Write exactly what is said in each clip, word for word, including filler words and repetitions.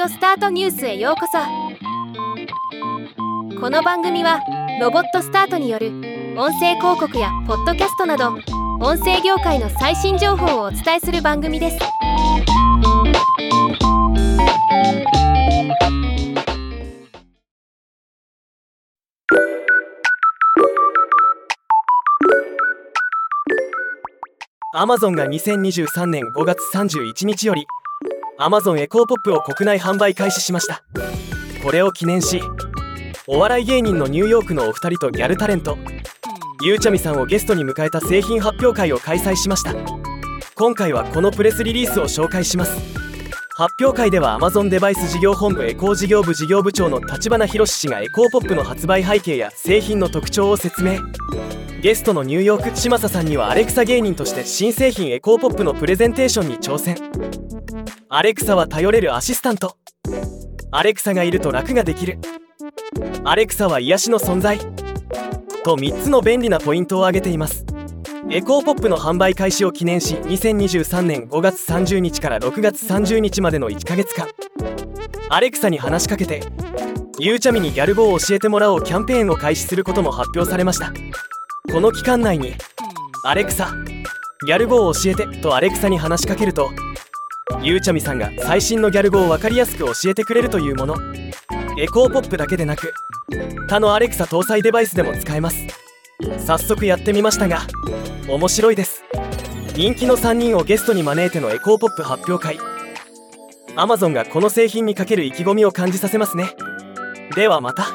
オスタートニュースへようこそ。この番組はロボットスタートによる音声広告やポッドキャストなど音声業界の最新情報をお伝えする番組です。 Amazon がにせんにじゅうさんねんごがつさんじゅういちにちより Amazon エコーポップを国内販売開始しました。これを記念し、お笑い芸人のニューヨークのお二人とギャルタレントゆうちゃみさんをゲストに迎えた製品発表会を開催しました。今回はこのプレスリリースを紹介します。発表会では Amazon デバイス事業本部エコー事業部事業部長の立花博氏がエコーポップの発売背景や製品の特徴を説明。ゲストのニューヨーク嶋佐さんにはアレクサ芸人として新製品エコーポップのプレゼンテーションに挑戦。アレクサは頼れるアシスタント。アレクサがいると楽ができる。アレクサは癒しの存在とみっつの便利なポイントを挙げています。エコーポップの販売開始を記念し、にせんにじゅうさんねんごがつさんじゅうにちからろくがつさんじゅうにちまでのいっかげつかん、アレクサに話しかけてゆうちゃみにギャル語を教えてもらおうキャンペーンを開始することも発表されました。この期間内にアレクサギャル語を教えてとアレクサに話しかけると、ゆうちゃみさんが最新のギャル語を分かりやすく教えてくれるというもの。エコーポップだけでなく他のアレクサ搭載デバイスでも使えます。早速やってみましたが面白いです。人気のさんにんをゲストに招いてのエコーポップ発表会。 Amazon がこの製品にかける意気込みを感じさせますね。ではまた。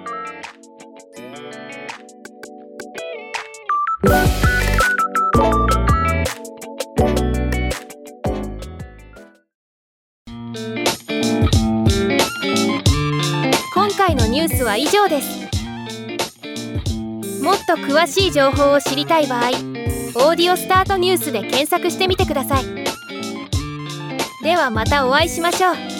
今回のニュースは以上です。もっと詳しい情報を知りたい場合、オーディオスタートニュースで検索してみてください。ではまたお会いしましょう。